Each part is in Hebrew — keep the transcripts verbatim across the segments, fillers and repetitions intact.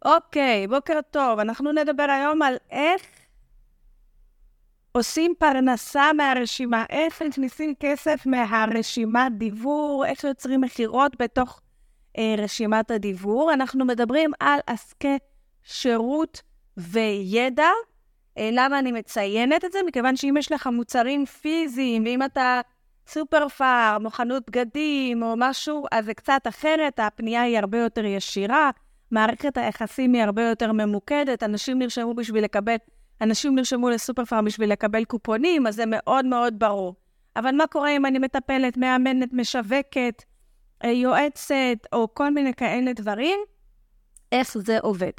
אוקיי, בוקר טוב. אנחנו נדבר היום על איך עושים פרנסה מהרשימה, איך מכניסים כסף מהרשימת דיוור, איך יוצרים מחירות בתוך אה, רשימת הדיוור. אנחנו מדברים על עסקי שירות וידע. אה, למה אני מציינת את זה? מכיוון שאם יש לך מוצרים פיזיים, ואם אתה סופר פארם, או חנות בגדים, או משהו, אז זה קצת אחרת, הפנייה היא הרבה יותר ישירה, מערכת היחסים היא הרבה יותר ממוקדת, אנשים נרשמו בשביל לקבל, אנשים נרשמו לסופר פארם בשביל לקבל קופונים, אז זה מאוד מאוד ברור. אבל מה קורה אם אני מטפלת, מאמנת, משווקת, יועצת, או כל מיני כאלה דברים? איך זה עובד?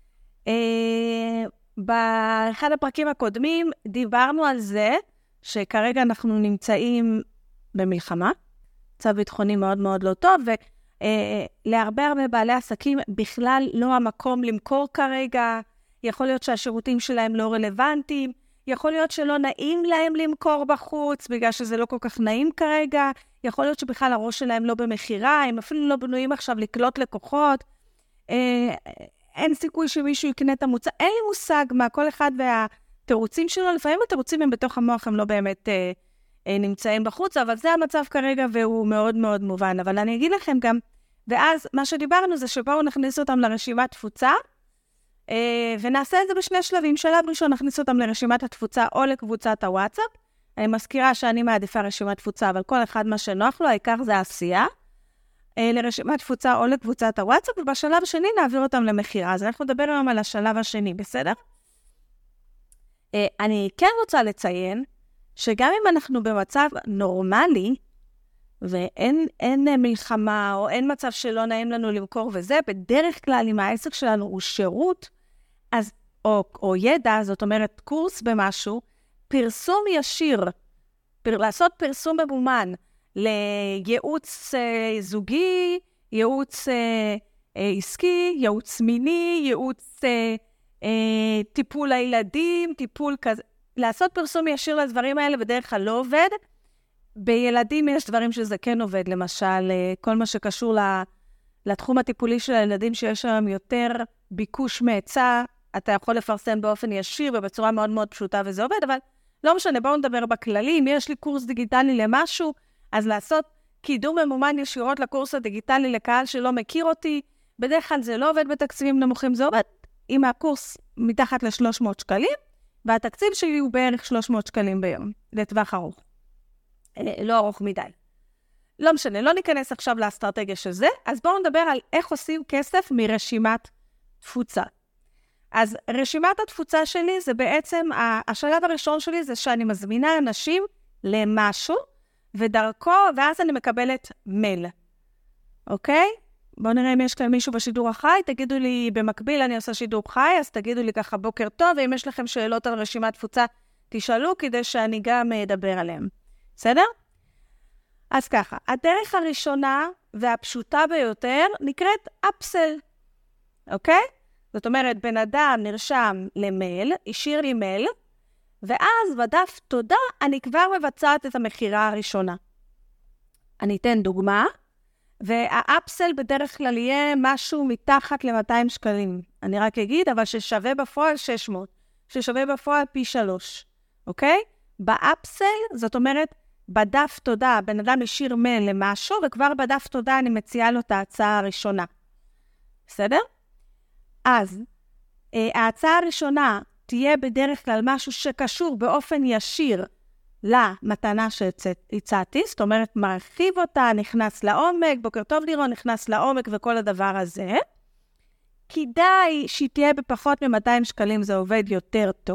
באחד הפרקים הקודמים דיברנו על זה, שכרגע אנחנו נמצאים במלחמה, צו ביטחוני מאוד מאוד לא טוב, ולהרבה הרבה בעלי עסקים בכלל לא המקום למכור כרגע, יכול להיות שהשירותים שלהם לא רלוונטיים, יכול להיות שלא נעים להם למכור בחוץ, בגלל שזה לא כל כך נעים כרגע, יכול להיות שבכלל הראש שלהם לא במחירה, הם אפילו לא בנויים עכשיו לקלוט לקוחות, אין סיכוי שמישהו יקנה את המוצא, אין לי מושג מה כל אחד והתירוצים שלו, לפעמים התירוצים הם בתוך המוח, הם לא באמת אה, אה, נמצאים בחוץ, אבל זה המצב כרגע והוא מאוד מאוד מובן. אבל אני אגיד לכם גם, ואז מה שדיברנו זה שבואו נכניס אותם לרשימת תפוצה, אה, ונעשה את זה בשני שלבים. שלב ראשון נכניס אותם לרשימת התפוצה או לקבוצת הוואטסאפ. אני מזכירה שאני מעדיפה רשימת תפוצה, אבל כל אחד מה שנוח לו, העיקר זה העשייה. לרשימת תפוצה או לקבוצת הוואטסאפ, ובשלב השני נעביר אותם למחירה. אז אנחנו נדבר היום על השלב השני, בסדר? אני כן רוצה לציין, שגם אם אנחנו במצב נורמלי, ואין אין מלחמה, או אין מצב שלא נעים לנו למכור וזה, בדרך כלל אם העסק שלנו הוא שירות, אז, או, או ידע, זאת אומרת קורס במשהו, פרסום ישיר, פר, לעשות פרסום ממומן, לייעוץ אה, זוגי, ייעוץ אה, אה, עסקי, ייעוץ מיני, ייעוץ אה, אה, טיפול לילדים, טיפול כזה. לעשות פרסום ישיר לדברים האלה בדרך כלל לא עובד. בילדים יש דברים שזה כן עובד, למשל, אה, כל מה שקשור לתחום הטיפולי של הילדים שיש שם יותר ביקוש מהיצע, אתה יכול לפרסם באופן ישיר ובצורה מאוד מאוד פשוטה וזה עובד, אבל לא משנה, בואו נדבר בכללי. אם יש לי קורס דיגיטלי למשהו, אז לעשות קידום ממומן ישירות לקורס הדיגיטלי לקהל שלא מכיר אותי, בדרך כלל זה לא עובד בתקציבים נמוכים, זה עובד עם הקורס מתחת ל-שלוש מאות שקלים, והתקציב שלי הוא בערך שלוש מאות שקלים ביום, לטווח ארוך. לא ארוך מדי. לא משנה, לא ניכנס עכשיו לאסטרטגיה של זה, אז בואו נדבר על איך עושים כסף מרשימת תפוצה. אז רשימת התפוצה שלי זה בעצם, השלב הראשון שלי זה שאני מזמינה אנשים למשהו, ודרכו, ואז אני מקבלת מייל. אוקיי? בואו נראה אם יש כאן מישהו בשידור החי, תגידו לי, במקביל אני עושה שידור חי, אז תגידו לי ככה בוקר טוב, ואם יש לכם שאלות על רשימת תפוצה, תשאלו, כדי שאני גם אדבר עליהם. בסדר? אז ככה, הדרך הראשונה והפשוטה ביותר נקראת אפסל. אוקיי? זאת אומרת, בן אדם נרשם למייל, השאיר לי מייל, ואז בדף תודה אני כבר מבצעת את המחירה הראשונה. אני אתן דוגמה, והאפסל בדרך כלל יהיה משהו מתחת ל-מאתיים שקלים. אני רק אגיד, אבל ששווה בפועל שש מאות, ששווה בפועל פי שלוש. אוקיי? באפסל, זאת אומרת, בדף תודה, בן אדם השאיר מייל למשהו, וכבר בדף תודה אני מציעה לו את ההצעה הראשונה. בסדר? אז, ההצעה הראשונה תהיה בדרך כלל משהו שקשור באופן ישיר למתנה שהצעתי, זאת אומרת, מרחיב אותה, נכנס לעומק, בוקר טוב לירון, נכנס לעומק וכל הדבר הזה. כדאי שהיא תהיה בפחות מ-מאתיים שקלים, זה עובד יותר טוב.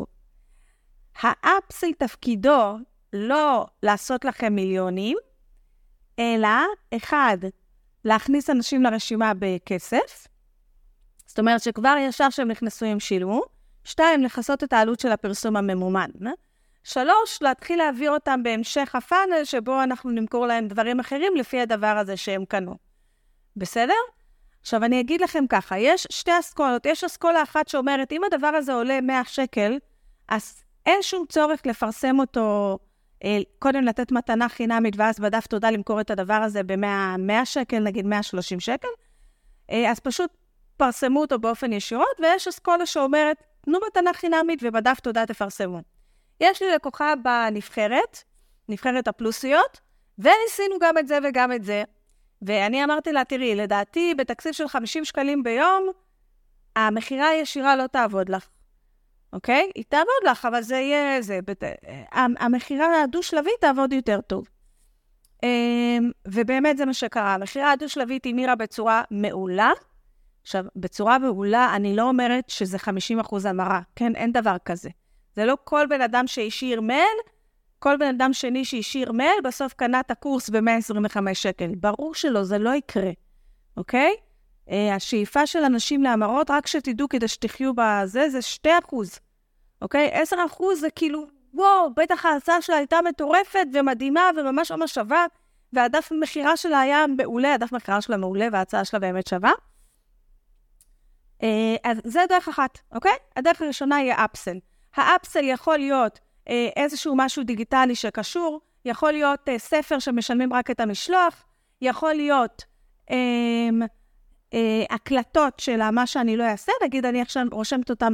האפסל תפקידו לא לעשות לכם מיליונים, אלא, אחד, להכניס אנשים לרשימה בכסף, זאת אומרת שכבר ישר שהם נכנסו עם שילמו, שתיים, לחסות את העלות של הפרסום הממומן. שלוש, להתחיל להעביר אותם בהמשך הפאנל, שבו אנחנו נמכור להם דברים אחרים לפי הדבר הזה שהם קנו. בסדר? עכשיו אני אגיד לכם ככה, יש שתי אסכולות, יש אסכולה אחת שאומרת, אם הדבר הזה עולה מאה שקל, אז אין שום צורך לפרסם אותו, קודם לתת מתנה חינמית, ואז בדף תודה למכור את הדבר הזה ב-מאה שקל, נגיד מאה ושלושים שקל, אז פשוט פרסמו אותו באופן ישירות, ויש אסכולה שאומרת, תנו מתנה חינמית ובדף תודה תפרסמו. יש לי לקוחה בנבחרת, נבחרת הפלוסיות, וניסינו גם את זה וגם את זה. ואני אמרתי לה, תראי, לדעתי בתקציב של חמישים שקלים ביום, המחירה הישירה לא תעבוד לך. אוקיי? היא תעבוד לך, אבל זה יהיה, זה, בת... המחירה הדו-שלבית תעבוד יותר טוב. ובאמת זה מה שקרה. המחירה הדו-שלבית היא נראה בצורה מעולה. עכשיו, בצורה מעולה, אני לא אומרת שזה חמישים אחוז המרה. כן? אין דבר כזה. זה לא כל בן אדם שהשאיר מייל, כל בן אדם שני שהשאיר מייל, בסוף קנה את הקורס ב-מאה עשרים וחמישה שקל. ברור שלא, זה לא יקרה. אוקיי? השאיפה של אנשים להמרות, רק שתדעו כדי שתחיו בזה, זה שני אחוז. אוקיי? עשרה אחוז זה כאילו, וואו, בטח ההצעה שלה הייתה מטורפת ומדהימה וממש ממש שווה, והדף המחירה שלה היה מעולה, הדף המחירה שלה מעולה וההצעה שלה באמת שווה. אז זה דרך אחת, אוקיי? הדרך הראשונה היא האפסל. האפסל יכול להיות איזשהו משהו דיגיטלי שקשור, יכול להיות ספר שמשלמים רק את המשלוח, יכול להיות הקלטות של מה שאני לא אעשה, נגיד אני עכשיו רושמת אותם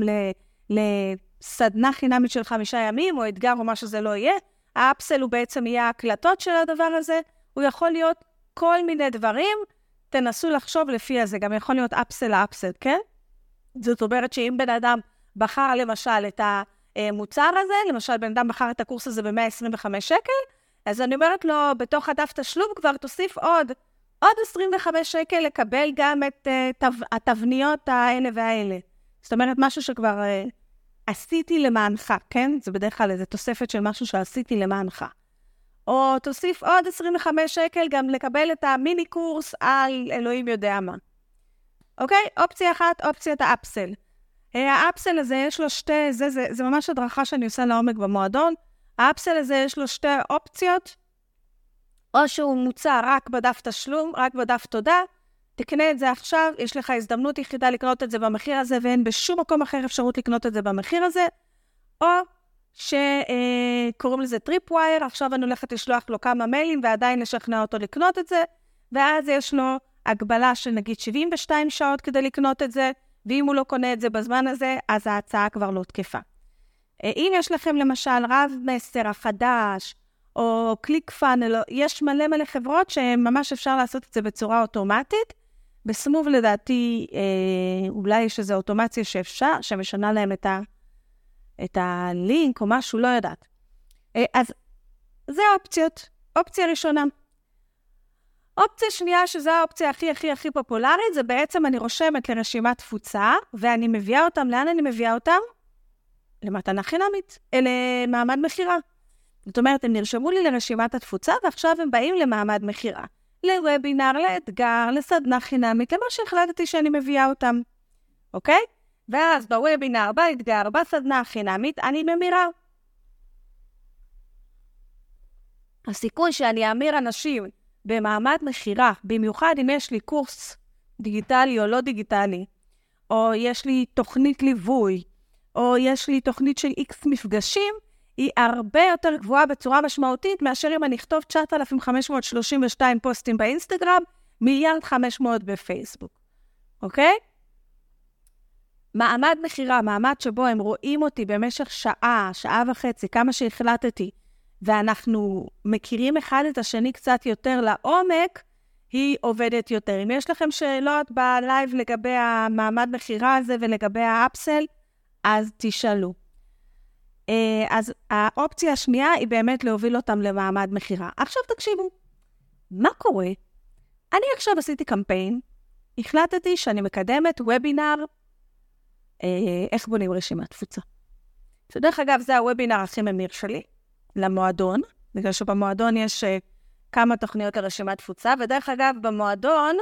לסדנה חינמית של חמישה ימים, או אתגר או מה שזה לא יהיה, האפסל הוא בעצם יהיה הקלטות של הדבר הזה, הוא יכול להיות כל מיני דברים, תנסו לחשוב לפי הזה, גם יכול להיות אפסל לאפסל, כן? זאת אומרת שאם בן אדם בחר למשל את המוצר הזה, למשל בן אדם בחר את הקורס הזה ב-מאה עשרים וחמישה שקל, אז אני אומרת לו, בתוך הדף תשלום כבר תוסיף עוד, עוד עשרים וחמישה שקל לקבל גם את uh, תו, התבניות האלה והאלה. זאת אומרת, משהו שכבר uh, עשיתי למענך, כן? זה בדרך כלל איזו תוספת של משהו שעשיתי למענך. או תוסיף עוד עשרים וחמישה שקל גם לקבל את המיני קורס על אלוהים יודע מה. אוקיי? אופציה אחת, אופציית האפסל. האפסל הזה יש לו שתי, זה, זה, זה ממש הדרכה שאני עושה לעומק במועדון. האפסל הזה יש לו שתי אופציות, או שהוא מוצע רק בדף תשלום, רק בדף תודה, תקנה את זה עכשיו, יש לך הזדמנות יחידה לקנות את זה במחיר הזה, ואין בשום מקום אחר אפשרות לקנות את זה במחיר הזה, או שקוראים לזה טריפ ווייר, עכשיו אני הולכת לשלוח לו כמה מיילים, ועדיין לשכנע אותו לקנות את זה, ואז יש לו הגבלה של נגיד שבעים ושתיים שעות כדי לקנות את זה, ואם הוא לא קונה את זה בזמן הזה, אז ההצעה כבר לא תקפה. אם יש לכם למשל רב מסר החדש, או קליק פאנל, יש מלא מלא חברות שממש אפשר לעשות את זה בצורה אוטומטית. בסמוב לדעתי, אה, אולי יש איזו אוטומציה שאפשר, שמשנה להם את, ה, את הלינק או משהו, לא יודעת. אה, אז זה האופציות. אופציה ראשונה. אופציה שנייה, שזו האופציה הכי הכי הכי פופולרית, זה בעצם אני רושמת לרשימת תפוצה, ואני מביאה אותם, לאן אני מביאה אותם? למתנה חינמית, למעמד מחירה. זאת אומרת, הם נרשמו לי לרשימת התפוצה, ועכשיו הם באים למעמד מחירה. לוובינר, לאתגר, לסדנה חינמית, למה שהחלטתי שאני מביאה אותם. אוקיי? ואז בוובינר, באתגר, בסדנה החינמית, אני ממירה. הסיכוי שאני אמיר אנשים במעמד מחירה, במיוחד אם יש לי קורס דיגיטלי או לא דיגיטלי, או יש לי תוכנית ליווי, או יש לי תוכנית של איקס מפגשים, היא הרבה יותר גבוהה בצורה משמעותית, מאשר אם אני אכתוב תשעת אלפים חמש מאות שלושים ושתיים פוסטים באינסטגרם, מיליארד חמש מאות בפייסבוק. אוקיי? מעמד מחירה, מעמד שבו הם רואים אותי במשך שעה, שעה וחצי, כמה שהחלטתי, ואנחנו מכירים אחד את השני קצת יותר לעומק, היא עובדת יותר. אם יש לכם שאלות בלייב לגבי המעמד מחירה הזה ולגבי האפסל, אז תשאלו. אז האופציה השנייה היא באמת להוביל אותם למעמד מחירה. עכשיו תקשיבו, מה קורה? אני עכשיו עשיתי קמפיין, החלטתי שאני מקדמת וובינר, איך בונים רשימת תפוצה. שדרך אגב זה הוובינר הכי ממיר שלי, למועדון, בגלל שבמועדון יש כמה תוכניות לרשימת תפוצה, ודרך אגב במועדון,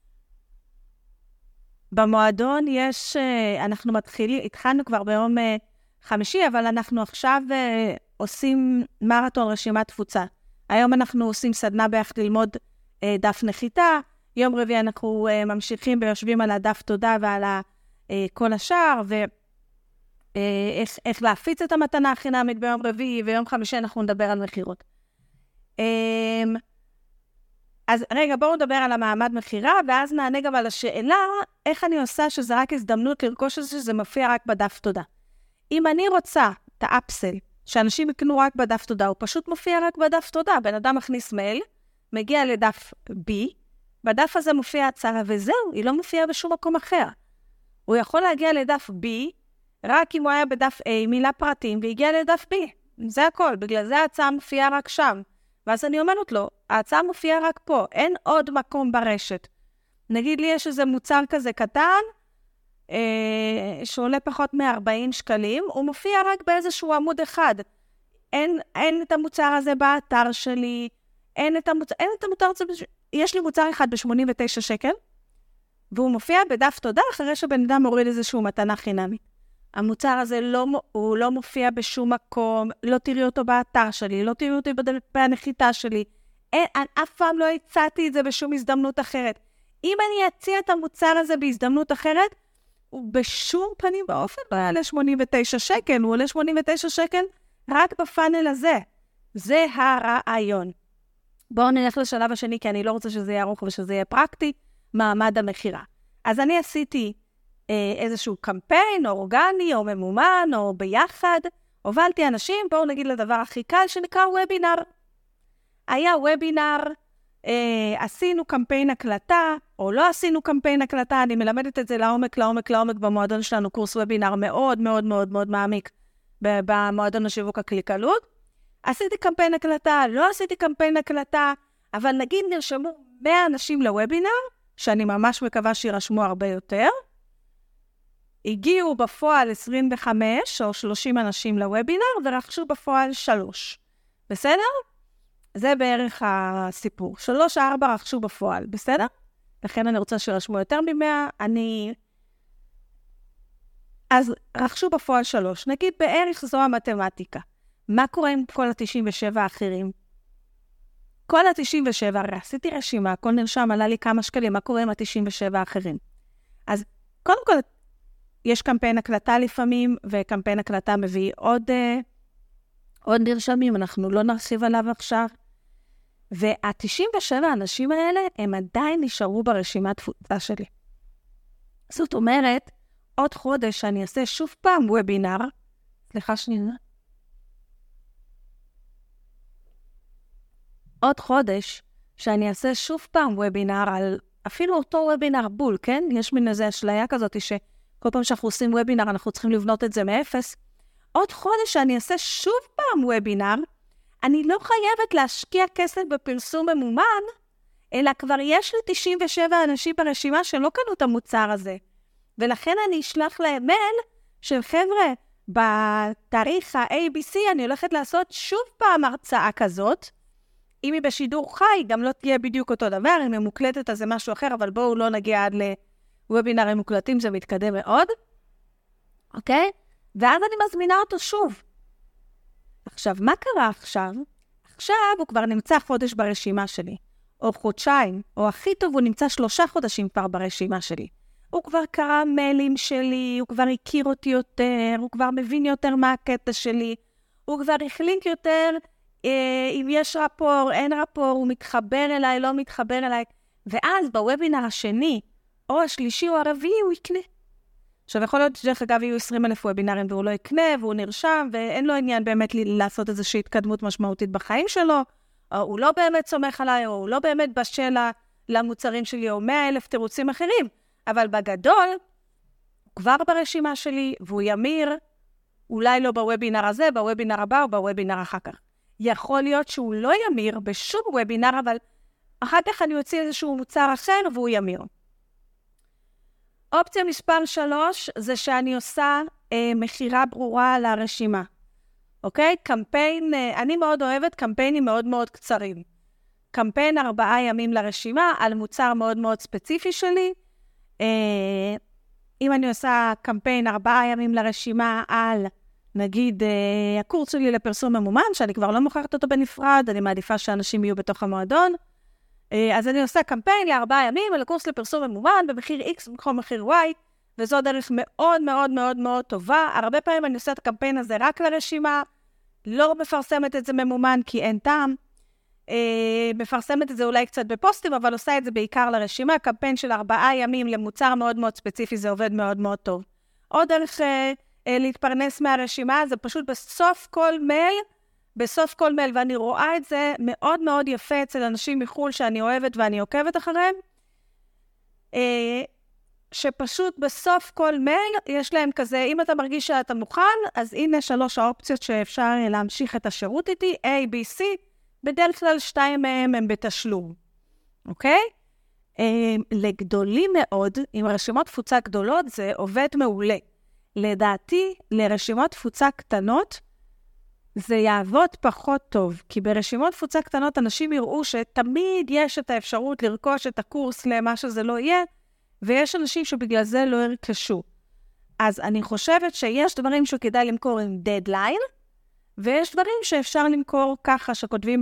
במועדון יש, אנחנו מתחילים, התחלנו כבר ביום חמישי, אבל אנחנו עכשיו uh, עושים מרתון רשימת תפוצה. היום אנחנו עושים סדנה ביחד ללמוד uh, דף נחיתה, יום רביעי אנחנו uh, ממשיכים ויושבים על הדף תודה ועל ה, uh, כל השאר, ואיך uh, איך להפיץ את המתנה החינמית ביום רביעי, ויום חמישי אנחנו נדבר על מחירות. Um, אז רגע, בואו נדבר על המעמד מחירה, ואז נענה גם על השאלה, איך אני עושה שזה רק הזדמנות לרכוש את זה, שזה מופיע רק בדף תודה. אם אני רוצה את האפסל, שאנשים יקנו רק בדף תודה, הוא פשוט מופיע רק בדף תודה. בן אדם מכניס מייל, מגיע לדף B, בדף הזה מופיע הצהרה, וזהו, היא לא מופיעה בשום מקום אחר. הוא יכול להגיע לדף B, רק אם הוא היה בדף A, מילה פרטים, והגיע לדף B. זה הכל, בגלל זה ההצעה מופיעה רק שם. ואז אני אומרת לו, ההצעה מופיעה רק פה, אין עוד מקום ברשת. נגיד לי יש איזה מוצר כזה קטן, אה, שעולה פחות מ-ארבעים שקלים, הוא מופיע רק באיזשהו עמוד אחד. אין, אין את המוצר הזה באתר שלי, אין את המוצר, אין את המוצר הזה, יש לי מוצר אחד ב-שמונים ותשעה שקל, והוא מופיע בדף תודה אחרי שבן אדם מוריד איזשהו מתנה חינמית. המוצר הזה לא, הוא לא מופיע בשום מקום, לא תראי אותו באתר שלי, לא תראי אותו בדפי הנחיתה שלי. אין, אני אף פעם לא הצעתי את זה בשום הזדמנות אחרת. אם אני אציע את המוצר הזה בהזדמנות אחרת, הוא בשום פנים באופן לא יעלה שמונים ותשעה שקל, הוא עולה שמונים ותשעה שקל רק בפאנל הזה. זה הרעיון. בואו נלך לשלב השני, כי אני לא רוצה שזה יהיה ארוך ושזה יהיה פרקטי, מעמד המחירה. אז אני עשיתי אה, איזשהו קמפיין, או אורגני, או ממומן, או ביחד. הובלתי אנשים, בואו נגיד לדבר הכי קל, שנקרא וובינר. היה וובינר, אה, עשינו קמפיין הקלטה, או לא עשינו קמפיין הקלטה, אני מלמדת את זה לעומק, לעומק, לעומק, במועדון שלנו, קורס וובינר מאוד מאוד מאוד מאוד מעמיק, במועדון השיווק הקליקלות. עשיתי קמפיין הקלטה, לא עשיתי קמפיין הקלטה, אבל נגיד נרשמו מאה אנשים לוובינר, שאני ממש מקווה שירשמו הרבה יותר, הגיעו בפועל עשרים וחמש או שלושים אנשים לוובינר, ורכשו בפועל שלוש. בסדר? זה בערך הסיפור. שלוש, ארבע רכשו בפועל, בסדר? לכן אני רוצה שירשמו יותר ממאה, אני... אז רכשו בפועל שלוש. נגיד בערך זו המתמטיקה. מה קורה עם כל ה-תשעים ושבע האחרים? כל ה-תשעים ושבע, הרי עשיתי רשימה, הכל נרשם, עלה לי כמה שקלים, מה קורה עם ה-תשעים ושבע האחרים? אז קודם כל, יש קמפיין הקלטה לפעמים, וקמפיין הקלטה מביא עוד, אה, עוד נרשמים, אנחנו לא נרחיב עליו עכשיו. וה-תשעים ושבע האנשים האלה, הם עדיין נשארו ברשימת תפוצה שלי. זאת אומרת, עוד חודש שאני אעשה שוב פעם וובינר, סליחה שנייה, עוד חודש שאני אעשה שוב פעם וובינר על אפילו אותו וובינר בול, כן? יש מין איזו אשליה כזאת שכל פעם שאנחנו עושים וובינר אנחנו צריכים לבנות את זה מאפס. עוד חודש שאני אעשה שוב פעם וובינר, אני לא חייבת להשקיע כסף בפרסום ממומן, אלא כבר יש לי תשעים ושבע אנשים ברשימה שלא קנו את המוצר הזה. ולכן אני אשלח להם מייל של חבר'ה, בתאריך ה-A B C אני הולכת לעשות שוב פעם הרצאה כזאת, אם היא בשידור חי, גם לא תהיה בדיוק אותו דבר, אם היא מוקלטת אז זה משהו אחר, אבל בואו לא נגיע עד לוובינרים מוקלטים, זה מתקדם מאוד. אוקיי? ואז אני מזמינה אותו שוב. עכשיו, מה קרה עכשיו? עכשיו הוא כבר נמצא חודש ברשימה שלי, או חודשיים, או הכי טוב, הוא נמצא שלושה חודשים כבר ברשימה שלי. הוא כבר קרא מיילים שלי, הוא כבר הכיר אותי יותר, הוא כבר מבין יותר מה הקטע שלי, הוא כבר החלינק יותר, אם יש רפור, אין רפור, הוא מתחבר אליי, לא מתחבר אליי, ואז בוובינר השני, או השלישי או הרביעי, הוא יקנה. עכשיו, יכול להיות שדרך אגב יהיו עשרים אלף וובינרים, והוא לא יקנה, והוא נרשם, ואין לו עניין באמת לעשות איזושהי התקדמות משמעותית בחיים שלו, או הוא לא באמת סומך עליי, או הוא לא באמת בשל למוצרים שלי, או מאה אלף תירוצים אחרים, אבל בגדול, הוא כבר ברשימה שלי, והוא ימיר, אולי לא בוובינר הזה, בוובינר הבא, או בוובינר אחר כך. יכול להיות שהוא לא ימיר בשום וובינר, אבל אחר כך אני אוציא איזשהו מוצר אחר והוא ימיר. אופציה מספר שלוש זה שאני עושה אה, מחירה ברורה לרשימה. אוקיי? קמפיין, אה, אני מאוד אוהבת קמפיינים מאוד מאוד קצרים. קמפיין ארבעה ימים לרשימה על מוצר מאוד מאוד ספציפי שלי. אה, אם אני עושה קמפיין ארבעה ימים לרשימה על... נגיד, uh, הקורס שלי לפרסום ממומן, שאני כבר לא מוכרת אותו בנפרד, אני מעדיפה שאנשים יהיו בתוך המועדון. Uh, אז אני עושה קמפיין לארבעה ימים על הקורס לפרסום ממומן, במחיר X במקום מחיר Y, וזו דרך מאוד מאוד מאוד מאוד טובה. הרבה פעמים אני עושה את הקמפיין הזה רק לרשימה, לא מפרסמת את זה ממומן כי אין טעם. אה, מפרסמת את זה אולי קצת בפוסטים, אבל עושה את זה בעיקר לרשימה, קמפיין של ארבעה ימים למוצר מאוד מאוד ספציפי, זה עובד מאוד מאוד טוב. עוד דרך אה, אה, להתפרנס מהרשימה, זה פשוט בסוף כל מייל, בסוף כל מייל, ואני רואה את זה מאוד מאוד יפה אצל אנשים מחול שאני אוהבת ואני עוקבת אחריהם, אה, שפשוט בסוף כל מייל יש להם כזה, אם אתה מרגיש שאתה מוכן, אז הנה שלוש האופציות שאפשר להמשיך את השירות איתי, A, B, C, בדרך כלל שתיים מהם הם בתשלום, אוקיי? אה, לגדולים מאוד, עם רשימות תפוצה גדולות, זה עובד מעולה. לדעתי, לרשימות תפוצה קטנות, זה יעבוד פחות טוב, כי ברשימות תפוצה קטנות אנשים יראו שתמיד יש את האפשרות לרכוש את הקורס למה שזה לא יהיה, ויש אנשים שבגלל זה לא ירכשו. אז אני חושבת שיש דברים שכדאי למכור עם דדליין, ויש דברים שאפשר למכור ככה שכותבים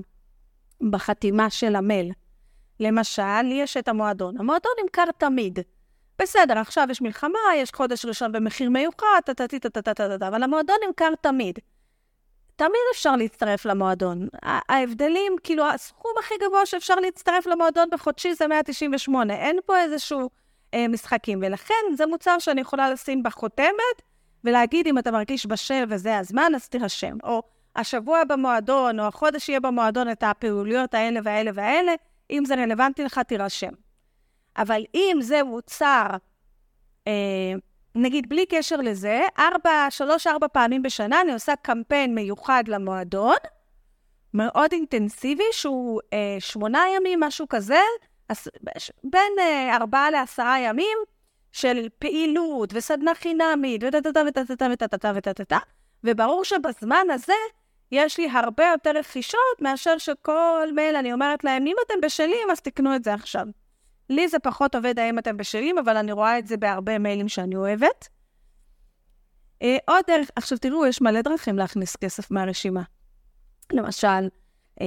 בחתימה של המייל. למשל, יש את המועדון. המועדון נמכר תמיד. בסדר, עכשיו יש מלחמה, יש חודש ראשון במחיר מיוחד, אבל המועדון נמכר תמיד. תמיד אפשר להצטרף למועדון. ההבדלים, כאילו, הסכום הכי גבוה שאפשר להצטרף למועדון בחודשי זה מאה תשעים ושמונה. אין פה איזשהו אה, משחקים, ולכן זה מוצר שאני יכולה לשים בחותמת, ולהגיד אם אתה מרגיש בשל וזה הזמן, אז תירשם. או השבוע במועדון, או החודש יהיה במועדון את הפעוליות האלה והאלה והאלה, אם זה רלוונטי לך, תירשם. אבל אם זה מוצר, אה, נגיד בלי קשר לזה, ארבע, שלוש, ארבע פעמים בשנה, אני עושה קמפיין מיוחד למועדון, מאוד אינטנסיבי, שהוא אה, שמונה ימים, משהו כזה, אז, בין אה, ארבעה לעשרה ימים, של פעילות וסדנה חינמית, ותתתה ותתתה ותתתה ותתתה, וברור שבזמן הזה, יש לי הרבה יותר רכישות, מאשר שכל מייל אני אומרת להם, אם אתם בשלים, אז תקנו את זה עכשיו. לי זה פחות עובד האם אתם בשלים, אבל אני רואה את זה בהרבה מיילים שאני אוהבת. אה, עוד דרך, עכשיו תראו, יש מלא דרכים להכניס כסף מהרשימה. למשל, אה,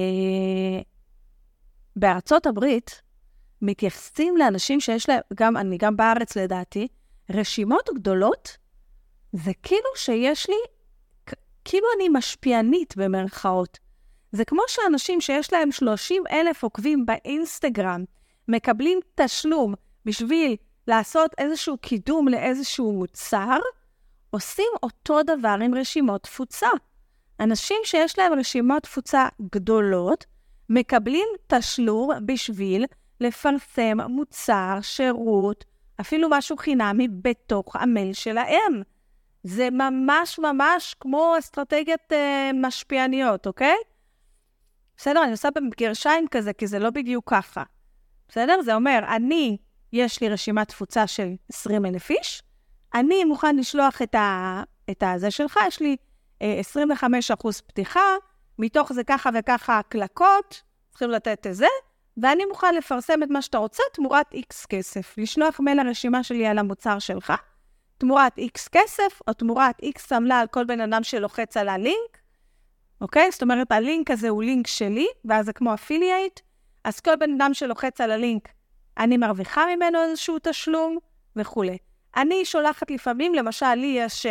בארצות הברית, מתייחסים לאנשים שיש להם, גם אני גם בארץ לדעתי, רשימות גדולות, זה כאילו שיש לי, כאילו אני משפיענית במרכאות. זה כמו שאנשים שיש להם שלושים אלף עוקבים באינסטגרם, מקבלים תשלום בשביל לעשות איזשהו קידום לאיזשהו מוצר, עושים אותו דבר עם רשימות תפוצה. אנשים שיש להם רשימות תפוצה גדולות, מקבלים תשלום בשביל לפרסם מוצר, שירות, אפילו משהו חינמי בתוך המייל שלהם. זה ממש ממש כמו אסטרטגיית אה, משפיעניות, אוקיי? בסדר, אני עושה בגרשיים כזה, כי זה לא בדיוק ככה. בסדר? זה אומר, אני, יש לי רשימת תפוצה של עשרים אלף איש, אני מוכן לשלוח את, ה, את הזה שלך, יש לי אה, עשרים וחמישה אחוז פתיחה, מתוך זה ככה וככה הקלקות, צריכים לתת את זה, ואני מוכן לפרסם את מה שאתה רוצה, תמורת X כסף. לשלוח מייל הרשימה שלי על המוצר שלך, תמורת X כסף, או תמורת X סמלה על כל בן אדם שלוחץ על הלינק, אוקיי? זאת אומרת, הלינק הזה הוא לינק שלי, ואז זה כמו אפילייט, אז כל בן אדם שלוחץ על הלינק, אני מרוויחה ממנו איזשהו תשלום, וכו'. אני שולחת לפעמים, למשל, לי יש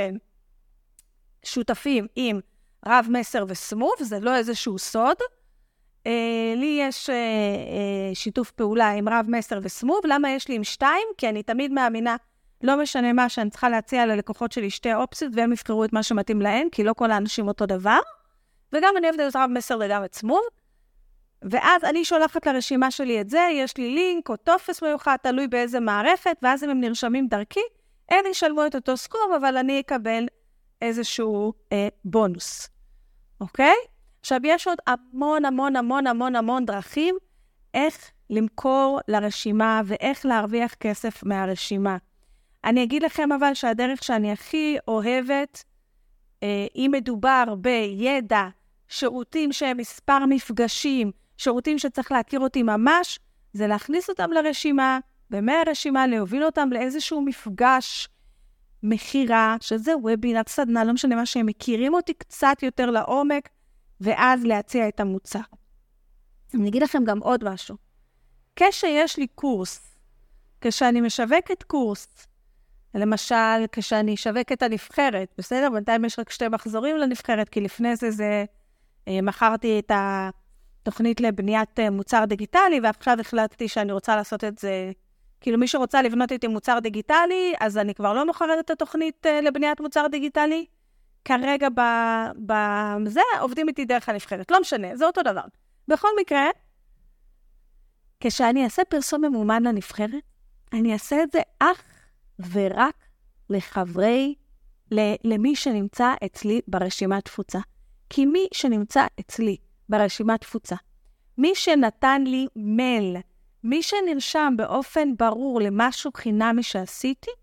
שותפים עם רב מסר וסמוב, זה לא איזשהו סוד, Uh, לי יש uh, uh, שיתוף פעולה עם רב מסר וסמוב. למה יש לי עם שתיים? כי אני תמיד מאמינה, לא משנה מה שאני צריכה להציע ללקוחות שלי שתי אופציות, והם יבחרו את מה שמתאים להם, כי לא כל האנשים אותו דבר. וגם אני אוהבת את רב מסר וגם את סמוב. ואז אני שולחת לרשימה שלי את זה, יש לי לינק או טופס מיוחד, תלוי באיזה מערכת, ואז אם הם נרשמים דרכי, הם ישלמו את אותו סכום, אבל אני אקבל איזשהו uh, בונוס. אוקיי? עכשיו, יש עוד המון, המון, המון, המון, המון דרכים איך למכור לרשימה ואיך להרוויח כסף מהרשימה. אני אגיד לכם אבל שהדרך שאני הכי אוהבת, אה, אם מדובר בידע, שירותים שהם מספר מפגשים, שירותים שצריך להכיר אותי ממש, זה להכניס אותם לרשימה, ומהרשימה להוביל אותם לאיזשהו מפגש מחירה, שזה וובינר, סדנה, לא משנה מה שהם מכירים אותי קצת יותר לעומק, ואז להציע את המוצר. אני אגיד לכם גם עוד משהו. כשיש לי קורס, כשאני משווקת קורס, למשל, כשאני אשווק את הנבחרת, בסדר? בינתיים יש רק שתי מחזורים לנבחרת, כי לפני זה זה, אה, מכרתי את, ה, תוכנית לבניית מוצר דיגיטלי, ועכשיו החלטתי שאני רוצה לעשות את זה, כאילו מי שרוצה לבנות איתי מוצר דיגיטלי, אז אני כבר לא מוכרת את התוכנית לבניית מוצר דיגיטלי, כרגע בזה עובדים איתי דרך הנבחרת, לא משנה, זה אותו דבר. בכל מקרה, כשאני אעשה פרסום ממומן לנבחרת, אני אעשה את זה אך ורק לחברי, למי שנמצא אצלי ברשימת תפוצה. כי מי שנמצא אצלי ברשימת תפוצה, מי שנתן לי מייל, מי שנרשם באופן ברור למשהו חינמי שעשיתי,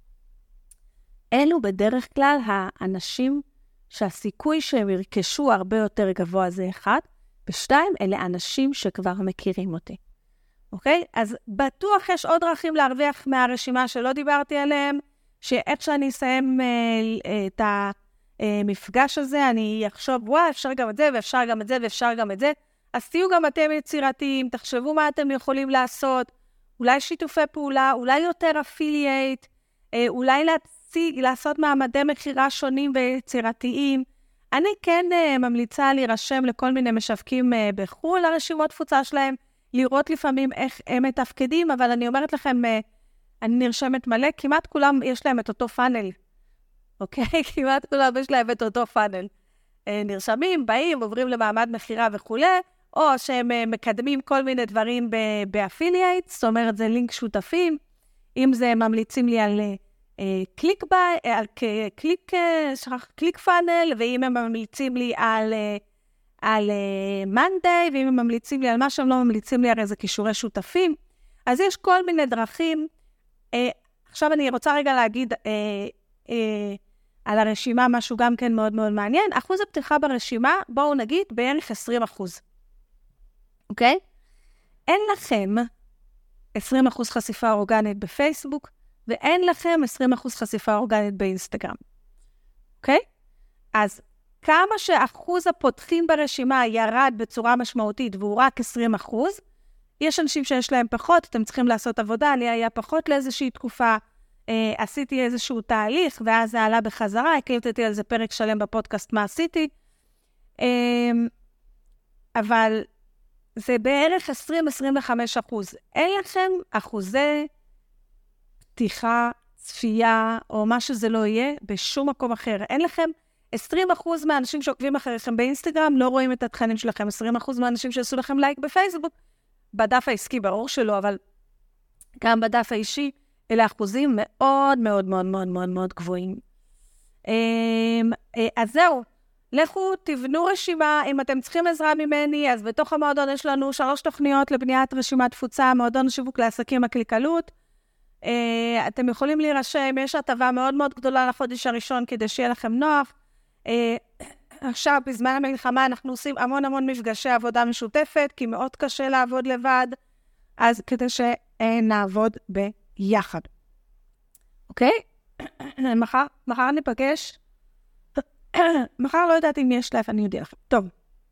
אלו בדרך כלל האנשים שהסיכוי שהם ירכשו הרבה יותר גבוה זה אחד, ושתיים, אלה אנשים שכבר מכירים אותי. אוקיי? אז בטוח יש עוד דרכים להרוויח מהרשימה שלא דיברתי עליהם, שאיך שאני אסיים אה, את המפגש הזה, אני אחשוב, וואו, אפשר גם את זה, ואפשר גם את זה, ואפשר גם את זה. אז תהיו גם אתם יצירתיים, תחשבו מה אתם יכולים לעשות, אולי שיתופי פעולה, אולי יותר אפילייט, אה, אולי להציג, לעשות מעמדי מחירה שונים ויצירתיים. אני כן אה, ממליצה להירשם לכל מיני משווקים אה, בחו"ל, לרשימות תפוצה שלהם, לראות לפעמים איך הם מתפקדים, אבל אני אומרת לכם, אני נרשמת מלא, כמעט כולם יש להם את אותו פאנל, אוקיי? כמעט כולם יש להם את אותו פאנל. נרשמים, באים, עוברים למעמד מחירה וכו', או שהם מקדמים כל מיני דברים באפילייט, זאת אומרת, זה לינק שותפים, אם זה ממליצים לי על קליק ביי, על קליק, קליק פאנל, ואם הם ממליצים לי על על מנדיי, ואם הם ממליצים לי על מה שהם לא ממליצים לי, הרי זה קישורי שותפים. אז יש כל מיני דרכים. אה, עכשיו אני רוצה רגע להגיד אה, אה, על הרשימה משהו גם כן מאוד מאוד מעניין. אחוז הפתיחה ברשימה, בואו נגיד, בערך עשרים אחוז. אוקיי? אין לכם עשרים אחוז חשיפה אורגנית בפייסבוק, ואין לכם עשרים אחוז חשיפה אורגנית באינסטגרם. אוקיי? אז כמה שאחוז הפותחים ברשימה ירד בצורה משמעותית, והוא רק עשרים אחוז, יש אנשים שיש להם פחות, אתם צריכים לעשות עבודה, לי היה פחות לאיזושהי תקופה, אה, עשיתי איזשהו תהליך, ואז זה עלה בחזרה, הקלטתי על זה פרק שלם בפודקאסט מה עשיתי, אה, אבל זה בערך עשרים עד עשרים וחמישה אחוז. אין לכם אחוזי פתיחה, צפייה, או מה שזה לא יהיה, בשום מקום אחר. אין לכם עשרים אחוז מהאנשים שעוקבים אחריכם באינסטגרם לא רואים את התכנים שלכם. עשרים אחוז מהאנשים שעשו לכם לייק בפייסבוק, בדף העסקי ברור שלו, אבל גם בדף האישי, אלה אחוזים מאוד מאוד מאוד מאוד מאוד מאוד גבוהים. אז זהו, לכו תבנו רשימה, אם אתם צריכים עזרה ממני, אז בתוך המועדון יש לנו שלוש תוכניות לבניית רשימת תפוצה, מועדון שיווק לעסקים הקליקלות. אתם יכולים להירשם, יש הטבה מאוד מאוד גדולה לחודש הראשון כדי שיהיה לכם נוח. עכשיו, בזמן המלחמה, אנחנו עושים המון המון מפגשי עבודה משותפת, כי מאוד קשה לעבוד לבד, אז כדי שנעבוד ביחד. אוקיי? מחר, מחר ניפגש. מחר לא יודעת אם יש לב, אני יודע לכם. טוב.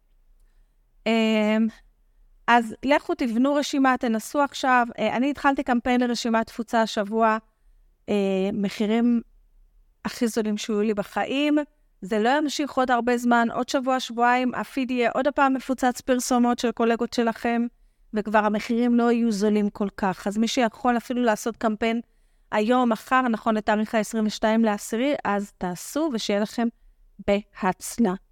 אז לכו תבנו רשימה, תנסו עכשיו. אני התחלתי קמפיין לרשימת תפוצה השבוע, מחירים הכי זולים שהיו לי בחיים. זה לא ימשיך עוד הרבה זמן, עוד שבוע, שבועיים, הפיד יהיה עוד הפעם מפוצץ פרסומות של קולגות שלכם, וכבר המחירים לא יהיו זולים כל כך. אז מי שיכול אפילו לעשות קמפיין היום, מחר, נכון לתאריך ה-עשרים ושניים לעשירי, אז תעשו ושיהיה לכם בהצלחה.